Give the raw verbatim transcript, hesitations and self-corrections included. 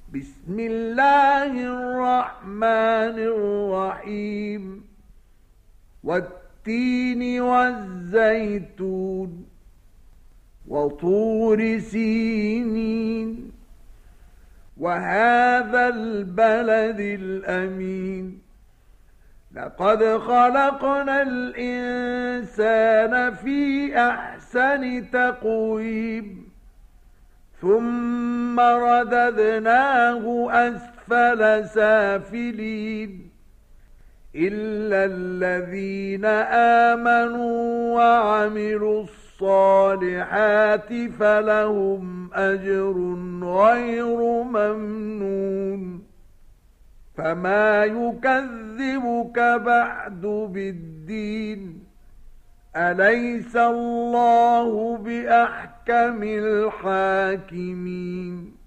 بسم الله الرحمن الرحيم والتين والزيتون وطور سينين وهذا البلد الأمين لقد خلقنا الإنسان في أحسن تقويم ثم رددناه أسفل سافلين إلا الذين آمنوا وعملوا الصالحات فلهم أجر غير ممنون فما يكذبك بعد بالدين أليس الله بأحكم الحاكمين